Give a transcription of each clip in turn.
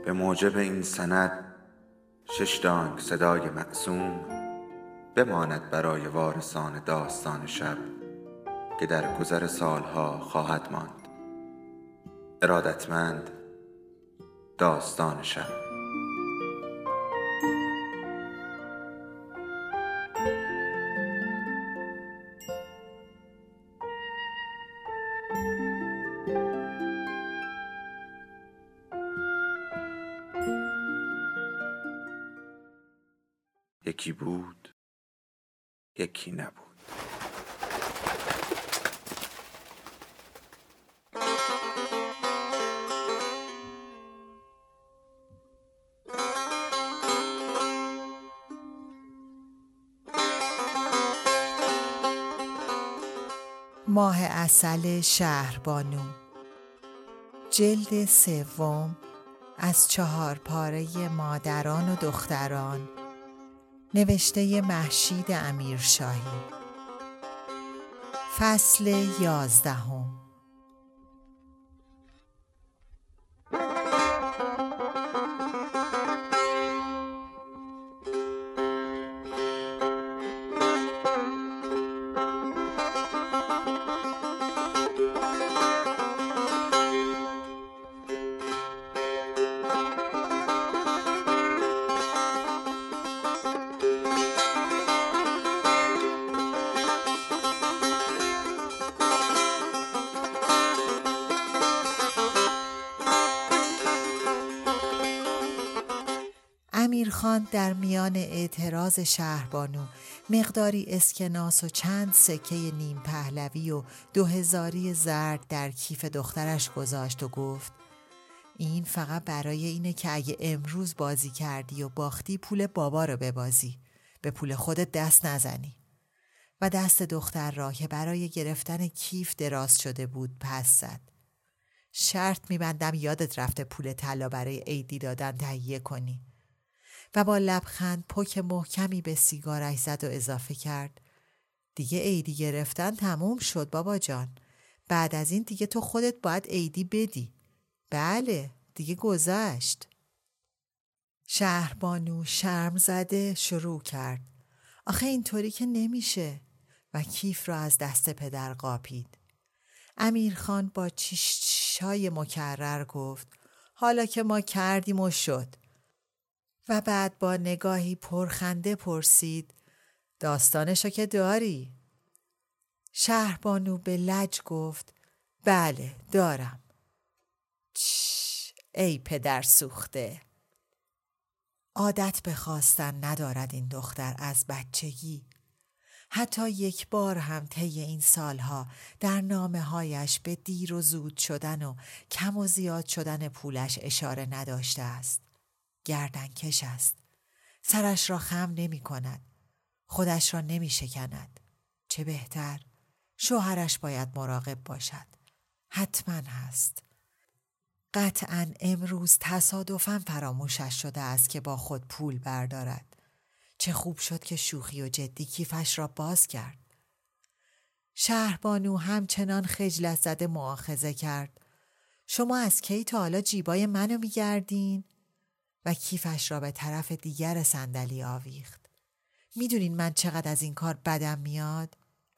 به موجب این سند 6 دانگ صدای معصوم بماند برای وارثان داستان شب که در گذر سالها خواهد ماند. ارادتمند، داستان شب. یکی بود، یکی نبود. ماه عسل شهربانو، جلد 3 از 4 پاره مادران و دختران، نوشته مهشید امیرشاهی. فصل 11. امیرخان در میان اعتراض شهربانو مقداری اسکناس و چند سکه نیم پهلوی و 2000 زرد در کیف دخترش گذاشت و گفت: این فقط برای اینه که اگه امروز بازی کردی و باختی پول بابا رو ببازی، به پول خودت دست نزنی. و دست دختر را که برای گرفتن کیف دراز شده بود پس زد. شرط میبندم یادت رفته پول طلا برای عیدی دادن تهیه کنی. و با لبخند پک محکمی به سیگارش زد و اضافه کرد: دیگه عیدی گرفتن تموم شد بابا جان. بعد از این دیگه تو خودت باید عیدی بدی. بله، دیگه گذشت. شهربانو شرم زده شروع کرد: آخه اینطوری که نمیشه. و کیف را از دست پدر قاپید. امیرخان با چشای مکرر گفت: حالا که ما کردیم و شد. و بعد با نگاهی پرخنده پرسید: داستانشو که داری؟ شهربانو به لج گفت: بله دارم. ای پدر سوخته. عادت به خواستن ندارد این دختر از بچگی. حتی یک بار هم طی این سالها در نامه‌هایش به دیر و زود شدن و کم و زیاد شدن پولش اشاره نداشته است. گردنکش است. سرش را خم نمی کند. خودش را نمی شکند. چه بهتر؟ شوهرش باید مراقب باشد. حتما هست. قطعاً امروز تصادفاً فراموشش شده است که با خود پول بردارد. چه خوب شد که شوخی و جدی کیفش را باز کرد. شهربانو همچنان خجلت زده مؤاخذه کرد: شما از کی تا حالا جیبای منو میگردین؟ و کیفش را به طرف دیگر صندلی آویخت. میدونین من چقدر از این کار بدم میاد؟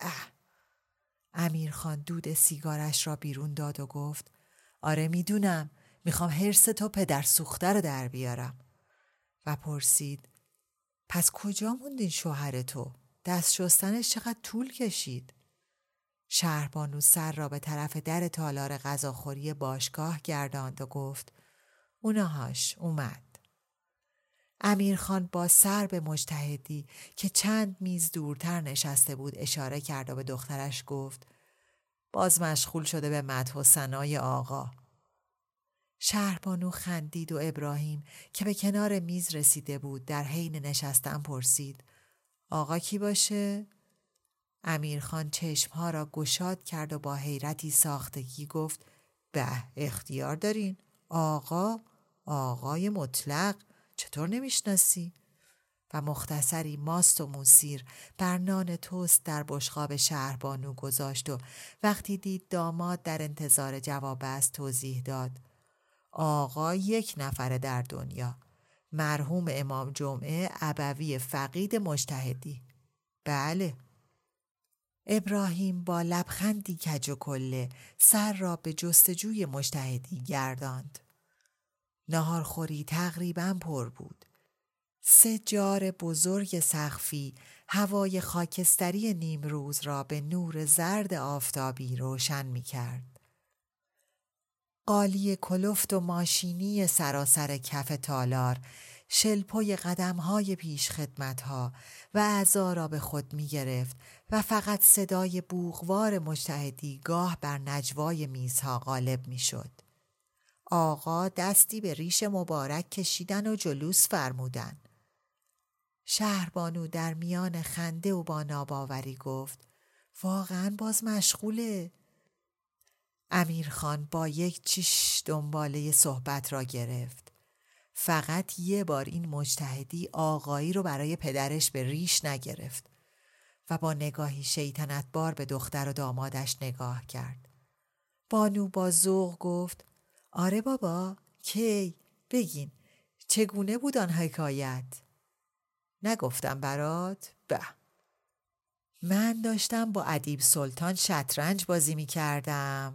امیرخان دود سیگارش را بیرون داد و گفت: آره میدونم، میخوام حرص تو پدر سوخته رو در بیارم. و پرسید: پس کجا موندین شوهر تو؟ دست شستنش چقدر طول کشید؟ شهربانو سر را به طرف در تالار غذاخوری باشگاه گرداند و گفت: اونهاش اومد. امیرخان با سر به مجتهدی که چند میز دورتر نشسته بود اشاره کرد و به دخترش گفت: باز مشغول شده به مدح و ثنای آقا. شهربانو خندید و ابراهیم که به کنار میز رسیده بود در حین نشستن پرسید: آقا کی باشه؟ امیرخان چشمها را گشاد کرد و با حیرتی ساختگی گفت: به اختیار دارین. آقای مطلق، چطور نمیشناسی؟ و مختصری ماست و موسیر بر نان توست در بشقاب شهربانو گذاشت و وقتی دید داماد در انتظار جواب است توضیح داد: آقا یک نفره در دنیا، مرحوم امام جمعه ابوی فقید مجتهدی. بله. ابراهیم با لبخندی کج و کله سر را به جستجوی مجتهدی گرداند. ناهارخوری تقریباً پر بود. 3 جار بزرگ سقفی هوای خاکستری نیمروز را به نور زرد آفتابی روشن می کرد. قالی کلفت و ماشینی سراسر کف تالار شلپوی قدم‌های پیش خدمت‌ها و اعضا را به خود می گرفت و فقط صدای بوغوار مجتهدی گاه بر نجوای میزها غالب می شد. آقا دستی به ریش مبارک کشیدن و جلوس فرمودن. شهربانو در میان خنده و با ناباوری گفت واقعاً باز مشغوله. امیرخان با یک چیش دنباله صحبت را گرفت. فقط یه بار این مجتهدی آقایی رو برای پدرش به ریش نگرفت و با نگاهی شیطنتبار به دختر و دامادش نگاه کرد. بانو با ذوق گفت آره بابا، کی؟ بگین چگونه بود آن حکایت؟ نگفتم برات؟ به. من داشتم با ادیب سلطان شطرنج بازی می کردم.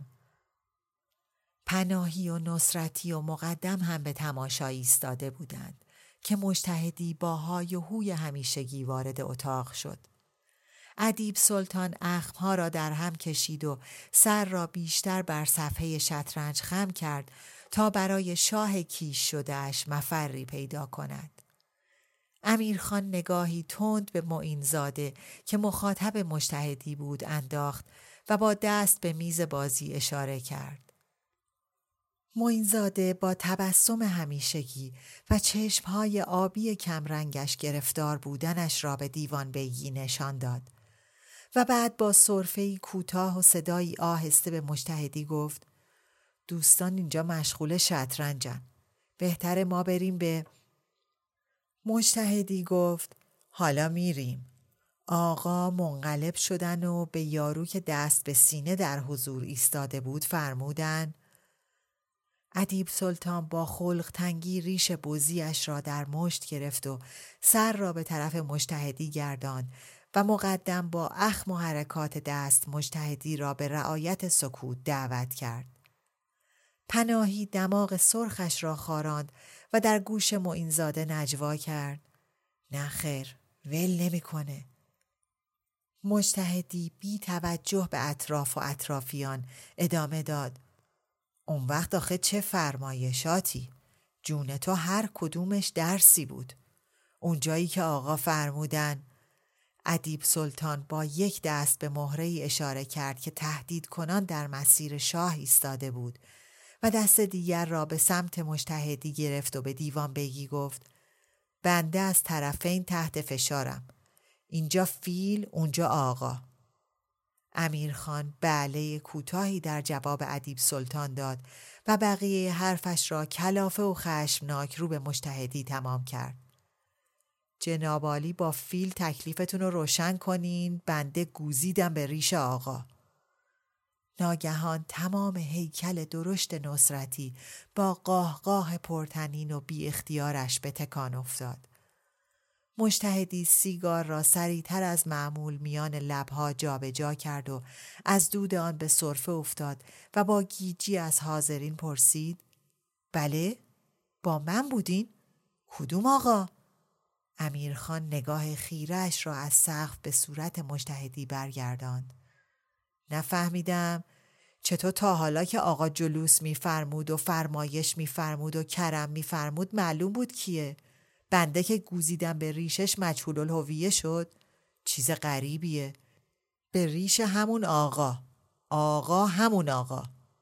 پناهی و نصرتی و مقدم هم به تماشا ایستاده بودند که مجتهدی با های و هوی همیشگی وارد اتاق شد. ادیب سلطان اخمها را در هم کشید و سر را بیشتر بر صفحه شطرنج خم کرد تا برای شاه کیش شدهش مفری پیدا کند. امیرخان نگاهی تند به معینزاده که مخاطب مجتهدی بود انداخت و با دست به میز بازی اشاره کرد. معینزاده با تبسم همیشگی و چشمهای آبی کمرنگش گرفتار بودنش را به دیوان بیگی نشان داد و بعد با سرفه‌ای کوتاه و صدایی آهسته به مجتهدی گفت دوستان اینجا مشغول شطرنجن. بهتره ما بریم به... مجتهدی گفت حالا میریم. آقا منقلب شدن و به یارو که دست به سینه در حضور ایستاده بود فرمودن. ادیب سلطان با خلق تنگی ریش بزیش را در مشت گرفت و سر را به طرف مجتهدی گرداند و مقدم با اخم و حرکات دست مجتهدی را به رعایت سکوت دعوت کرد. پناهی دماغ سرخش را خاراند و در گوش معینزاده نجوا کرد. نه خیر، ول نمی کنه. مجتهدی بی توجه به اطراف و اطرافیان ادامه داد. اون وقت آخه چه فرمایشاتی؟ جون تو هر کدومش درسی بود. اون جایی که آقا فرمودن. ادیب سلطان با یک دست به مهره‌ای اشاره کرد که تهدید کنان در مسیر شاه ایستاده بود و دست دیگر را به سمت مجتهدی گرفت و به دیوان بیگی گفت بنده از طرفین تحت فشارم. اینجا فیل، اونجا آقا. امیرخان بله کوتاهی در جواب ادیب سلطان داد و بقیه حرفش را کلافه و خشمناک رو به مجتهدی تمام کرد. جناب عالی با فیل تکلیفتون رو روشن کنین، بنده گوزیدم به ریش آقا. ناگهان تمام هیکل درشت نصرتی با قاهقاه پرتنین و بی اختیارش به تکان افتاد. مجتهدی سیگار را سریعتر از معمول میان لبها جابجا کرد و از دود آن به سرفه افتاد و با گیجی از حاضرین پرسید بله؟ با من بودین؟ کدوم آقا؟ امیرخان نگاه خیره‌اش را از سقف به صورت مجتهدی برگرداند. نفهمیدم. چطور تا حالا که آقا جلوس می‌فرمود و فرمایش می‌فرمود و کرم می‌فرمود معلوم بود کیه؟ بنده که گوزیدم به ریشش مجهول الهویه شد؟ چیز غریبیه. به ریش همون آقا. آقا همون آقا.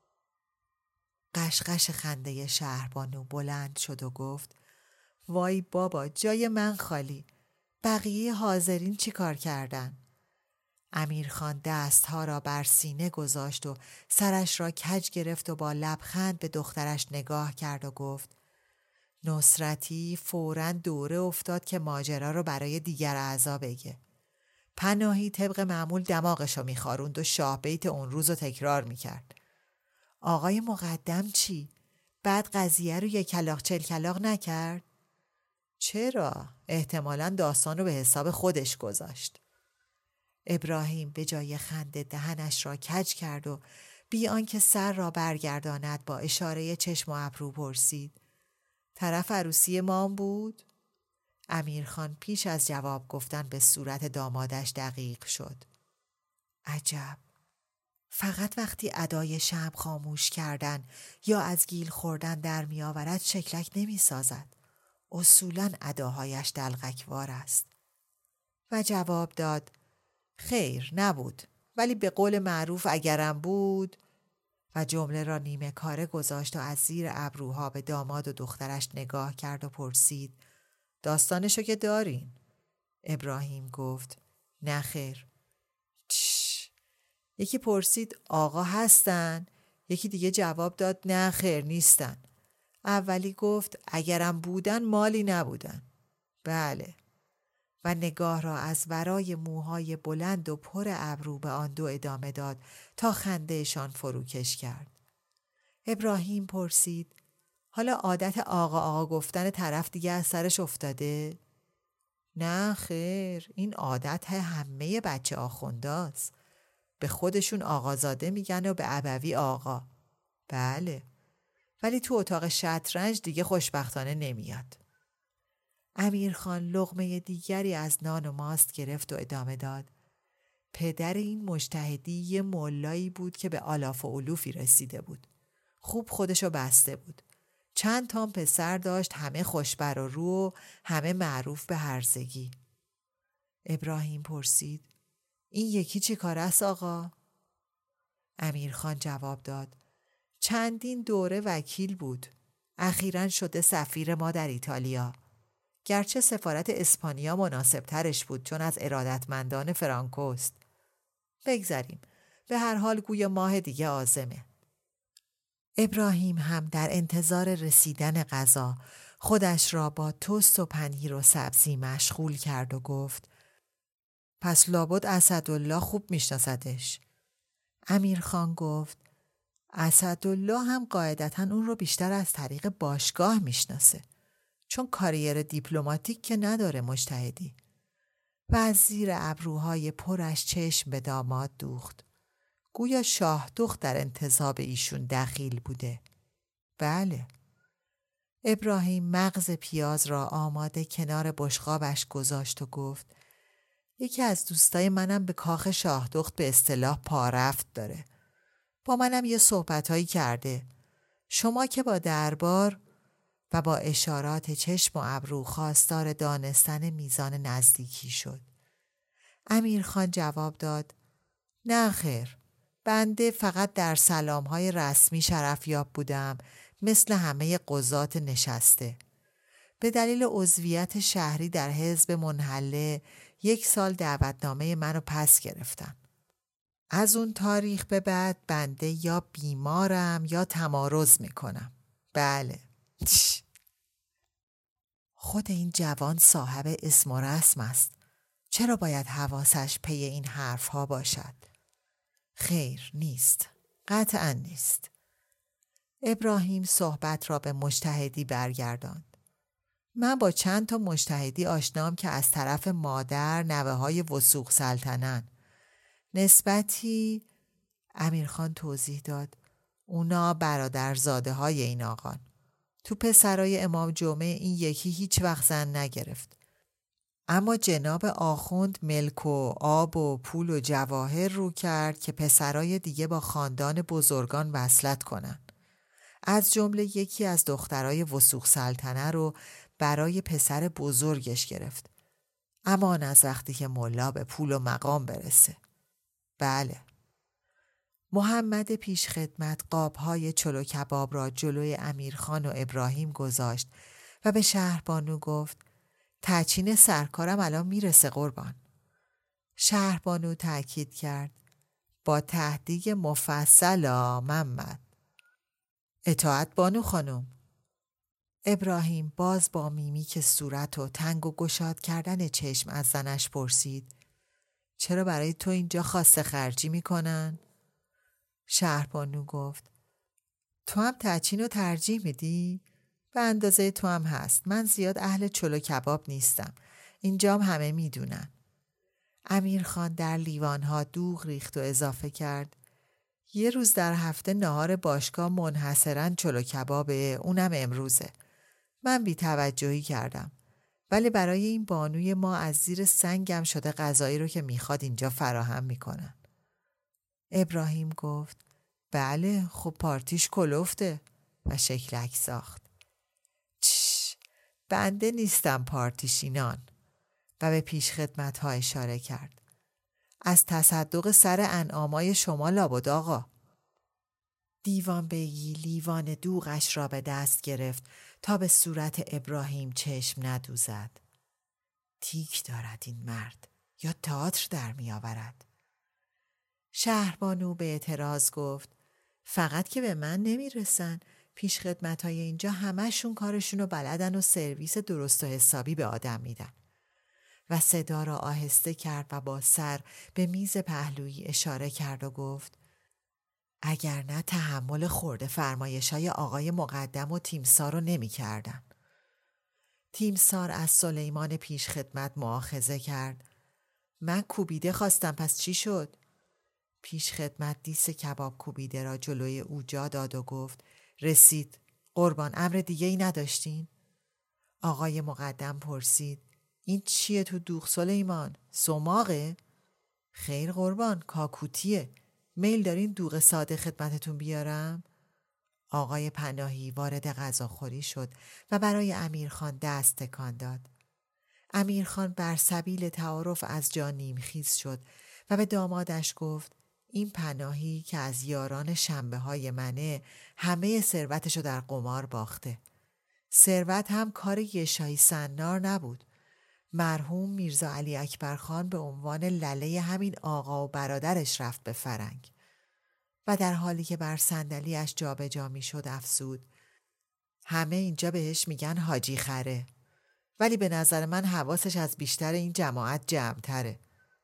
قشقش خنده شهربانو بلند شد و گفت وای بابا جای من خالی. بقیه حاضرین چی کار کردن؟ امیرخان دستها را بر سینه گذاشت و سرش را کج گرفت و با لبخند به دخترش نگاه کرد و گفت نصرتی فوراً دوره افتاد که ماجرا رو برای دیگر اعضا بگه. پناهی طبق معمول دماغشو میخاروند و شاه بیت اون روز رو تکرار میکرد. آقای مقدم چی؟ بعد قضیه رو یک کلاغ چل کلاغ نکرد؟ چرا؟ احتمالاً داستان رو به حساب خودش گذاشت. ابراهیم به جای خنده دهنش را کج کرد و بی آنکه سر را برگرداند با اشاره چشم و ابرو پرسید: طرف عروسی مام بود؟ امیرخان پیش از جواب گفتن به صورت دامادش دقیق شد. عجب. فقط وقتی ادای شمع خاموش کردن یا از گیل خوردن در می آورد شکلک نمی سازد. اصولاً اداهایش دلغکوار است. و جواب داد: خیر نبود، ولی به قول معروف اگرم بود. و جمله را نیمه کاره گذاشت و از زیر ابروها به داماد و دخترش نگاه کرد و پرسید: داستانشو که دارین؟ ابراهیم گفت: نه خیر. یکی پرسید: آقا هستن؟ یکی دیگه جواب داد: نه خیر نیستن. اولی گفت: اگرم بودن مالی نبودن. بله. و نگاه را از ورای موهای بلند و پر ابرو به آن دو ادامه داد تا خندهشان فروکش کرد. ابراهیم پرسید: حالا عادت آقا گفتن طرف دیگه از سرش افتاده؟ نه خیر، این عادت همه بچه آخونداست. به خودشون آقازاده میگن و به ابوی آقا. بله، ولی تو اتاق شطرنج دیگه خوشبختانه نمیاد. امیرخان لقمه دیگری از نان و ماست گرفت و ادامه داد: پدر این مجتهدی یه مولایی بود که به آلاف و علوفی رسیده بود. خوب خودشو بسته بود. چند تام پسر داشت، همه خوشبر و رو و همه معروف به هرزگی. ابراهیم پرسید: این یکی چی کار است آقا؟ امیرخان جواب داد: چندین دوره وکیل بود. اخیراً شده سفیر ما در ایتالیا. گرچه سفارت اسپانیا مناسب ترش بود چون از ارادتمندان فرانکوست. بگذاریم. به هر حال گویا ماه دیگه عازمه. ابراهیم هم در انتظار رسیدن غذا خودش را با توست و پنیر و سبزی مشغول کرد و گفت: پس لابد اسدالله خوب میشناسدش. امیرخان گفت: اسدالله هم قاعدتاً اون رو بیشتر از طریق باشگاه میشناسه، چون کاریر دیپلماتیک که نداره مجتهدی. و از زیر ابروهای پرش چشم به داماد دوخت. گویا شاه دخت در انتساب ایشون دخیل بوده. بله. ابراهیم مغز پیاز را آماده کنار بشقابش گذاشت و گفت: یکی از دوستای منم به کاخ شاه دخت به اصطلاح پارفت داره. با منم یه صحبتایی کرده. شما که با دربار، و با اشارات چشم و ابرو خواستار دانستن میزان نزدیکی شد. امیرخان جواب داد: نه خیر، بنده فقط در سلامهای رسمی شرفیاب بودم مثل همه قضات نشسته. به دلیل عضویت شهری در حزب منحله 1 سال دعوتنامه منو پس گرفتن. از اون تاریخ به بعد بنده یا بیمارم یا تمارض میکنم. بله. خود این جوان صاحب اسم و رسم است. چرا باید حواسش پی این حرف ها باشد؟ خیر نیست. قطعا نیست. ابراهیم صحبت را به مجتهدی برگرداند. من با چند تا مجتهدی آشنام که از طرف مادر نوه های وثوق سلطنن. نسبتی، امیرخان توضیح داد، اونا برادرزاده های این آقان. تو پسرای امام جمعه این یکی هیچ وقت زن نگرفت. اما جناب آخوند ملک و آب و پول و جواهر رو کرد که پسرای دیگه با خاندان بزرگان وصلت کنن. از جمله یکی از دخترای وثوق سلطنه رو برای پسر بزرگش گرفت. امان از وقتی که ملا به پول و مقام برسه. بله. محمد پیش خدمت قاب‌های چلو کباب را جلوی امیرخان و ابراهیم گذاشت و به شهربانو گفت: تچین سرکارم الان میرسه قربان. شهربانو تأکید کرد: با تهدید مفصل محمد. اطاعت بانو خانم. ابراهیم باز با میمیک صورت و تنگ و گشاد کردن چشم از زنش پرسید: چرا برای تو اینجا خاصه خرجی میکنن؟ شهربانو گفت: تو هم تچین رو ترجیح میدی؟ به اندازه تو هم هست. من زیاد اهل چلو کباب نیستم. اینجام همه میدونن. امیرخان در لیوانها دوغ ریخت و اضافه کرد: یه روز در هفته نهار باشگاه منحصراً چلو کبابه، اونم امروزه. من بی توجهی کردم. ولی برای این بانوی ما از زیر سنگم شده غذایی رو که میخواد اینجا فراهم میکنن. ابراهیم گفت: بله خب پارتیش کلفته، و شکلک ساخت. بنده نیستم پارتیشینان. و به پیش خدمت ها اشاره کرد. از تصدق سر انعامای شما لابد آقا. دیوان بیگی لیوان دوغش را به دست گرفت تا به صورت ابراهیم چشم ندوزد. تیک دارد این مرد، یا تئاتر در می آورد. شهربانو به اعتراض گفت: فقط که به من نمی رسن، پیش خدمت های اینجا همه‌شون کارشونو بلدن و سرویس درست و حسابی به آدم میدن. و صدا را آهسته کرد و با سر به میز پهلویی اشاره کرد و گفت: اگر نه تحمل خورده فرمایش‌های آقای مقدم و تیمسار رو نمی کردن. تیمسار از سلیمان پیش خدمت مؤاخذه کرد: من کوبیده خواستم، پس چی شد؟ پیش خدمت دیس کباب کوبیده را جلوی او جا داد و گفت: رسید. قربان امر دیگه ای نداشتین؟ آقای مقدم پرسید: این چیه تو دوغ سلیمان؟ سماقه؟ خیر قربان، کاکوتیه. میل دارین دوغ ساده خدمتتون بیارم؟ آقای پناهی وارد غذاخوری شد و برای امیرخان دست تکان داد. امیرخان بر سبیل تعارف از جا نیمخیز شد و به دامادش گفت: این پناهی که از یاران شنبه های منه همه ثروتشو در قمار باخته. ثروت هم کار یشایی سنار نبود. مرحوم میرزا علی اکبر خان به عنوان لله همین آقا و برادرش رفت به فرنگ. و در حالی که بر صندلی‌اش جابجا میشد افسود: همه اینجا بهش میگن حاجی خره، ولی به نظر من حواسش از بیشتر این جماعت جمع‌تره.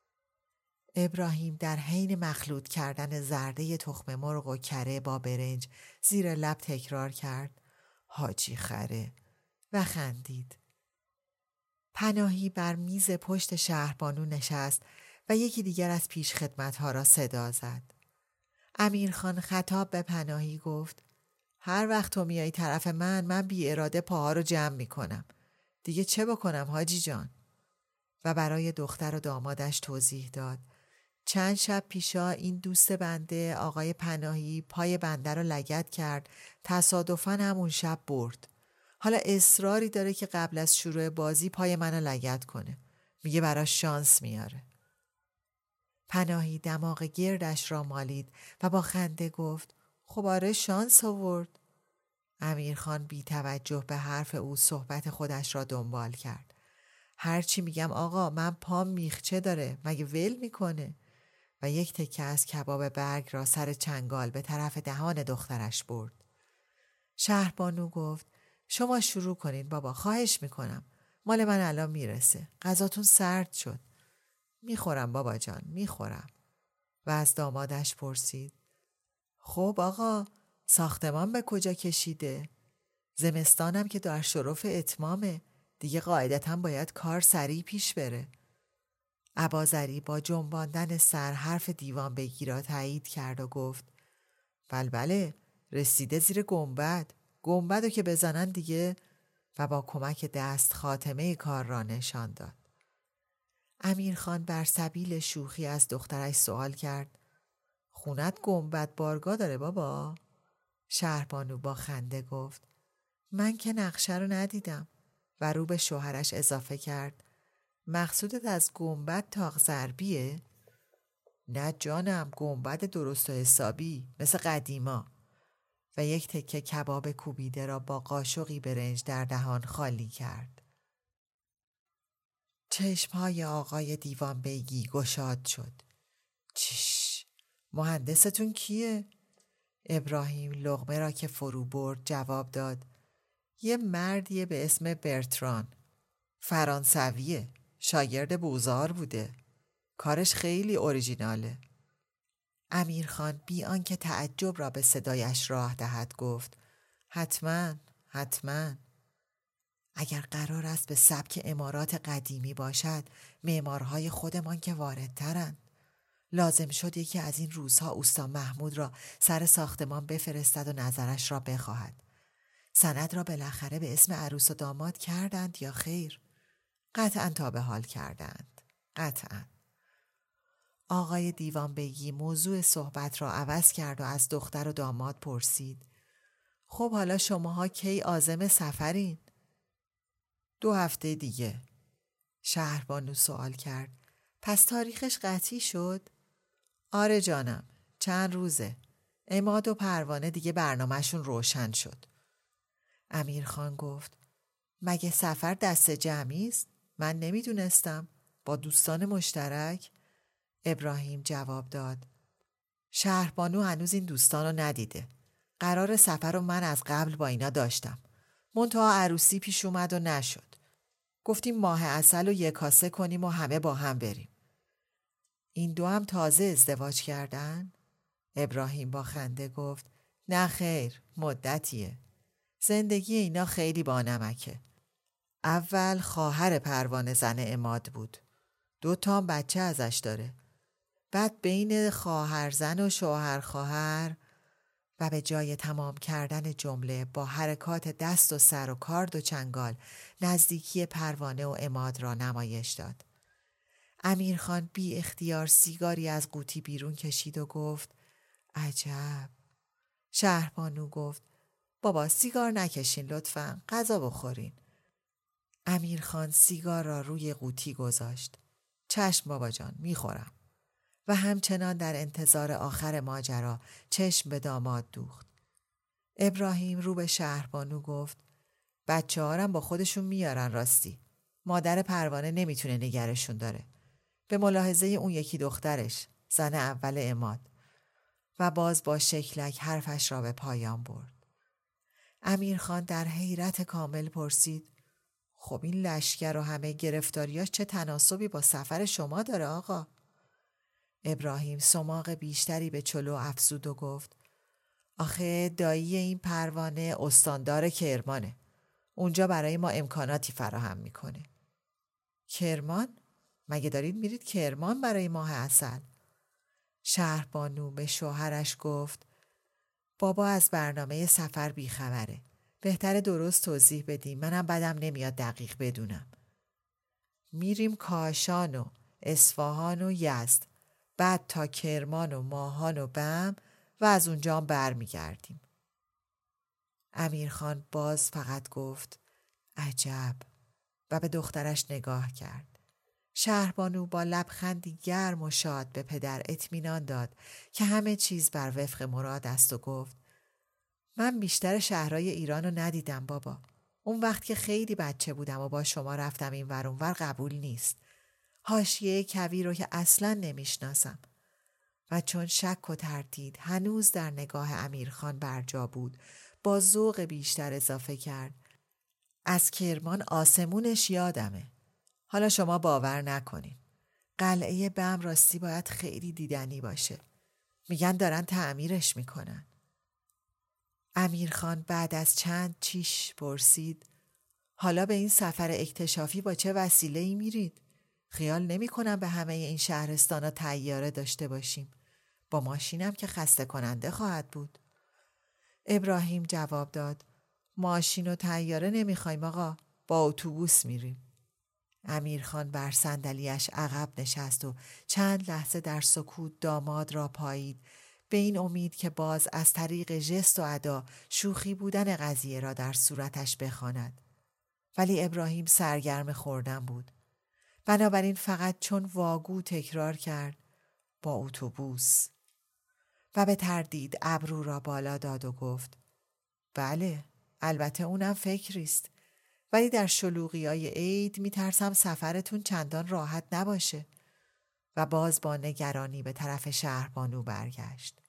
ابراهیم در حین مخلوط کردن زرده تخم مرغ و کره با برنج زیر لب تکرار کرد: حاجی خره، و خندید. پناهی بر میز پشت شهربانو نشست و یکی دیگر از پیش خدمت‌ها را صدا زد. امیرخان خطاب به پناهی گفت: هر وقت تو میای طرف من بی اراده پاها رو جمع میکنم. دیگه چه بکنم حاجی جان؟ و برای دختر و دامادش توضیح داد: چند شب پیشا این دوست بنده آقای پناهی پای بنده رو لگد کرد، تصادفاً همون شب برد. حالا اصراری داره که قبل از شروع بازی پای منو لگد کنه. میگه براش شانس میاره. پناهی دماغ گردش را مالید و با خنده گفت: خب آره شانس آورد. امیرخان بی توجه به حرف او صحبت خودش را دنبال کرد. هرچی میگم آقا، من پام میخچه داره، مگه ول میکنه؟ و یک تکه از کباب برگ را سر چنگال به طرف دهان دخترش برد. شهربانو گفت: شما شروع کنین بابا، خواهش میکنم. مال من الان میرسه. غذاتون سرد شد. میخورم بابا جان، میخورم. و از دامادش پرسید: خب آقا، ساختمان به کجا کشیده؟ زمستانم که در شرف اتمامه، دیگه قاعدتاً باید کار سریع پیش بره. اباظری با جنباندن سر حرف دیوان بگی را تایید کرد و گفت: بله رسیده زیر گنبدو که بزنن دیگه. و با کمک دست خاتمه کار را نشان داد. امیرخان بر سبیل شوخی از دخترش سوال کرد: خونت گنبد بارگاه داره بابا؟ شهربانو با خنده گفت: من که نقشه رو ندیدم. و رو به شوهرش اضافه کرد: مقصودت از گنبد تاق ضربیه؟ نه جانم، گنبد درست و حسابی مثل قدیما. و یک تکه کباب کوبیده را با قاشقی برنج در دهان خالی کرد. چشمهای آقای دیوان بیگی گشاد شد. چش، مهندستون کیه؟ ابراهیم لقمه را که فرو برد جواب داد: یه مردیه به اسم برتران، فرانسویه، شاگرد بوزار بوده. کارش خیلی اوریجیناله. امیرخان بی آنکه تعجب را به صدایش راه دهد گفت حتما. اگر قرار است به سبک عمارات قدیمی باشد، معمارهای خودمان که واردترند. لازم شد یکی از این روزها اوستا محمود را سر ساختمان بفرستد و نظرش را بخواهد. سند را بالاخره به اسم عروس و داماد کردند یا خیر؟ قطعاً تا به حال کردند. قطعاً. آقای دیوان بیگی موضوع صحبت را عوض کرد و از دختر و داماد پرسید: خب حالا شماها کی عازم سفرین؟ 2 هفته دیگه. شهربانو سوال کرد: پس تاریخش قطعی شد؟ آره جانم، چند روزه. عماد و پروانه دیگه برنامه‌شون روشن شد. امیرخان گفت: مگه سفر دست جمعی است؟ من نمیدونستم. با دوستان مشترک؟ ابراهیم جواب داد: شهربانو هنوز این دوستان رو ندیده. قرار سفر رو من از قبل با اینا داشتم. منتها عروسی پیش اومد و نشد. گفتیم ماه عسل رو 1 کاسه کنیم و همه با هم بریم. این 2 هم تازه ازدواج کردن؟ ابراهیم با خنده گفت: نه خیر، مدتیه. زندگی اینا خیلی بانمکه. اول خواهر پروانه زن عماد بود. 2 تا بچه ازش داره. بعد بین خواهر زن و شوهر خواهر و به جای تمام کردن جمله با حرکات دست و سر و کارد و چنگال نزدیکی پروانه و عماد را نمایش داد. امیرخان بی اختیار سیگاری از قوطی بیرون کشید و گفت: عجب. شهربانو گفت: بابا سیگار نکشین لطفاً، غذا بخورین. امیرخان سیگار را روی قوطی گذاشت. چشم بابا جان، میخورم. و همچنان در انتظار آخر ماجرا چشم به داماد دوخت. ابراهیم رو به شهربانو گفت: بچه هارم با خودشون میارن راستی. مادر پروانه نمیتونه نگرشون داره. به ملاحظه اون یکی دخترش، زن اول عماد. و باز با شکلک حرفش را به پایان برد. امیرخان در حیرت کامل پرسید: خب این لشکر و همه گرفتاریاش چه تناسبی با سفر شما داره آقا؟ ابراهیم سماق بیشتری به چلو افزود و گفت: آخه دایی این پروانه استاندار کرمانه. اونجا برای ما امکاناتی فراهم میکنه. کرمان؟ مگه دارید میرید کرمان برای ماه عسل؟ شهربانو به شوهرش گفت: بابا از برنامه سفر بیخبره. بهتره درست توضیح بدیم، منم بدم نمیاد دقیق بدونم. میریم کاشان و اصفهان و یزد، بعد تا کرمان و ماهان و بم و از اونجا هم برمیگردیم. امیرخان باز فقط گفت: عجب، و به دخترش نگاه کرد. شهربانو با لبخندی گرم و شاد به پدر اطمینان داد که همه چیز بر وفق مراد است و گفت: من بیشتر شهرهای ایران رو ندیدم بابا. اون وقت که خیلی بچه بودم و با شما رفتم این ور اون ور قبول نیست. حاشیه کویر رو که اصلاً نمیشناسم. و چون شک و تردید هنوز در نگاه امیرخان برجا بود، با ذوق بیشتر اضافه کرد: از کرمان آسمونش یادمه. حالا شما باور نکنین. قلعه بم راستی باید خیلی دیدنی باشه. میگن دارن تعمیرش میکنن. امیرخان بعد از چند چیش پرسید: حالا به این سفر اکتشافی با چه وسیله‌ای میرید؟ خیال نمی کنم به همه این شهرستانا طیاره داشته باشیم. با ماشینم که خسته کننده خواهد بود. ابراهیم جواب داد: ماشین و طیاره نمیخوایم آقا، با اتوبوس میریم. امیرخان بر صندلیاش عقب نشست و چند لحظه در سکوت داماد را پایید، به این امید که باز از طریق ژست و ادا شوخی بودن قضیه را در صورتش بخواند. ولی ابراهیم سرگرم خوردن بود. بنابراین فقط چون واگو تکرار کرد: با اتوبوس. و به تردید ابرو را بالا داد و گفت: بله، البته اونم فکریست. ولی در شلوغی‌های عید میترسم سفرتون چندان راحت نباشه. و باز با نگرانی به طرف شهربانو برگشت.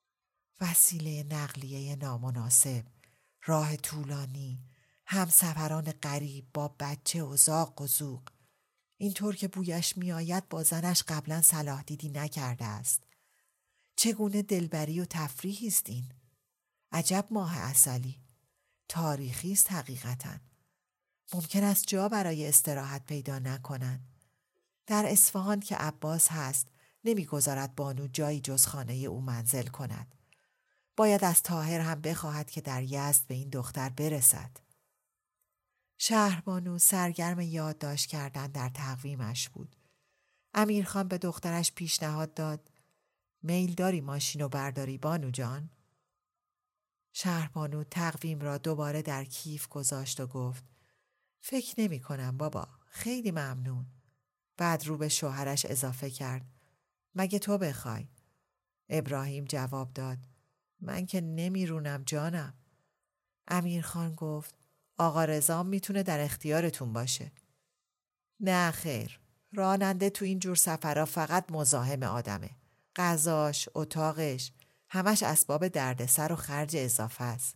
وسیله نقلیه نامناسب، راه طولانی، همسفران غریب با بچه و زاغ و زوغ. اینطور که بویش میآید با زنش قبلا صلاح دیدی نکرده است. چگونه دلبری و تفریحی است این. عجب ماه عسلی. تاریخی است حقیقتاً. ممکن است جا برای استراحت پیدا نکنند. در اصفهان که عباس هست نمیگذارد بانو جایی جز خانه او منزل کند. باید از طاهر هم بخواهد که در یزد به این دختر برسد. شهربانو سرگرم یادداشت کردن در تقویمش بود. امیرخان به دخترش پیشنهاد داد: میل داری ماشینو برداری بانو جان؟ شهربانو تقویم را دوباره در کیف گذاشت و گفت: فکر نمی کنم بابا، خیلی ممنون. بعد رو به شوهرش اضافه کرد: مگه تو بخوای؟ ابراهیم جواب داد: من که نمیرونم جانم. امیرخان گفت: آقا رضا میتونه در اختیارتون باشه. نه خیر، راننده تو این جور سفرها فقط مزاحم آدمه. غذاش، اتاقش، همش اسباب دردسر و خرج اضافه است.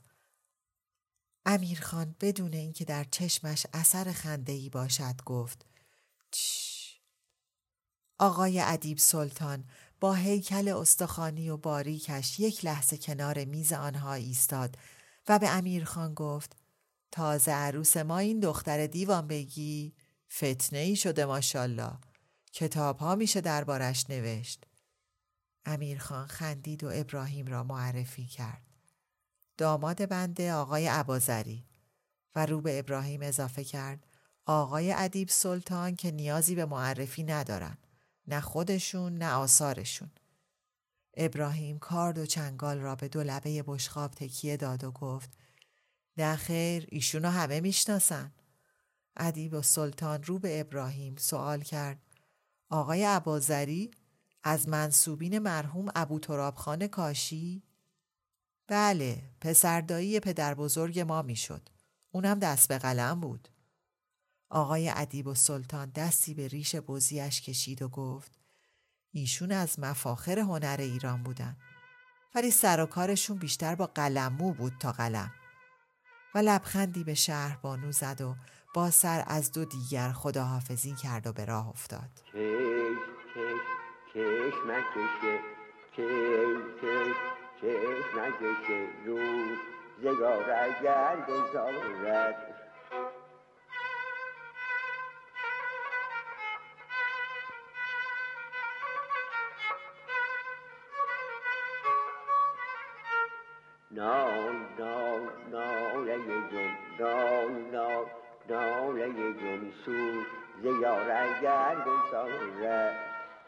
امیرخان بدون اینکه در چشمش اثر خنده‌ای باشد گفت: چش. آقای ادیب سلطان با هیکل استخوانی و باریکش یک لحظه کنار میز آنها ایستاد و به امیرخان گفت: تازه عروس ما این دختر دیوان بگی؟ فتنه‌ای شده ماشاءالله. کتاب‌ها میشه دربارش نوشت. امیرخان خندید و ابراهیم را معرفی کرد: داماد بنده آقای اباظری. و رو به ابراهیم اضافه کرد: آقای ادیب سلطان که نیازی به معرفی ندارن، نه خودشون نه آثارشون. ابراهیم کارد و چنگال را به دو لبه بشقاب تکیه داد و گفت: نه خیر، ایشونو همه میشناسن. ادیب سلطان رو به ابراهیم سوال کرد: آقای اباظری از منسوبین مرحوم ابو ترابخان کاشی؟ بله، پسردایی پدر بزرگ ما میشد. اونم دست به قلم بود. آقای ادیب سلطان دستی به ریش بزیش کشید و گفت: ایشون از مفاخر هنر ایران بودن، ولی سر و کارشون بیشتر با قلممو بود تا قلم. و لبخندی به شهربانو زد و با سر از دو دیگر خداحافظی کرد و به راه افتاد. کش نکشه، کش نکشه، روزگار اگر گذارد. ناله جون سوز یار اگر گذارد.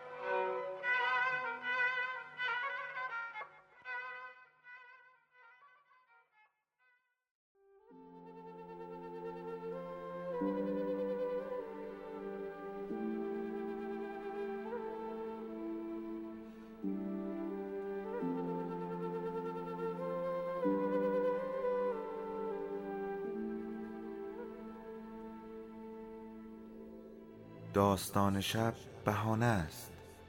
داستان شب بهانه است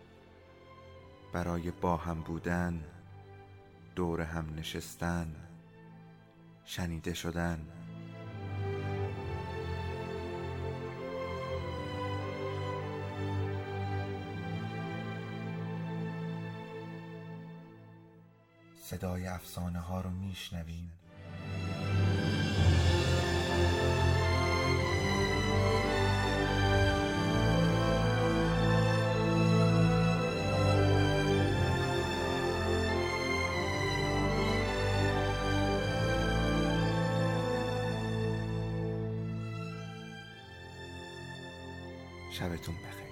برای با هم بودن، دور هم نشستن، شنیده شدن. صدای افسانه ها رو میشنویم. شبتون بخیر.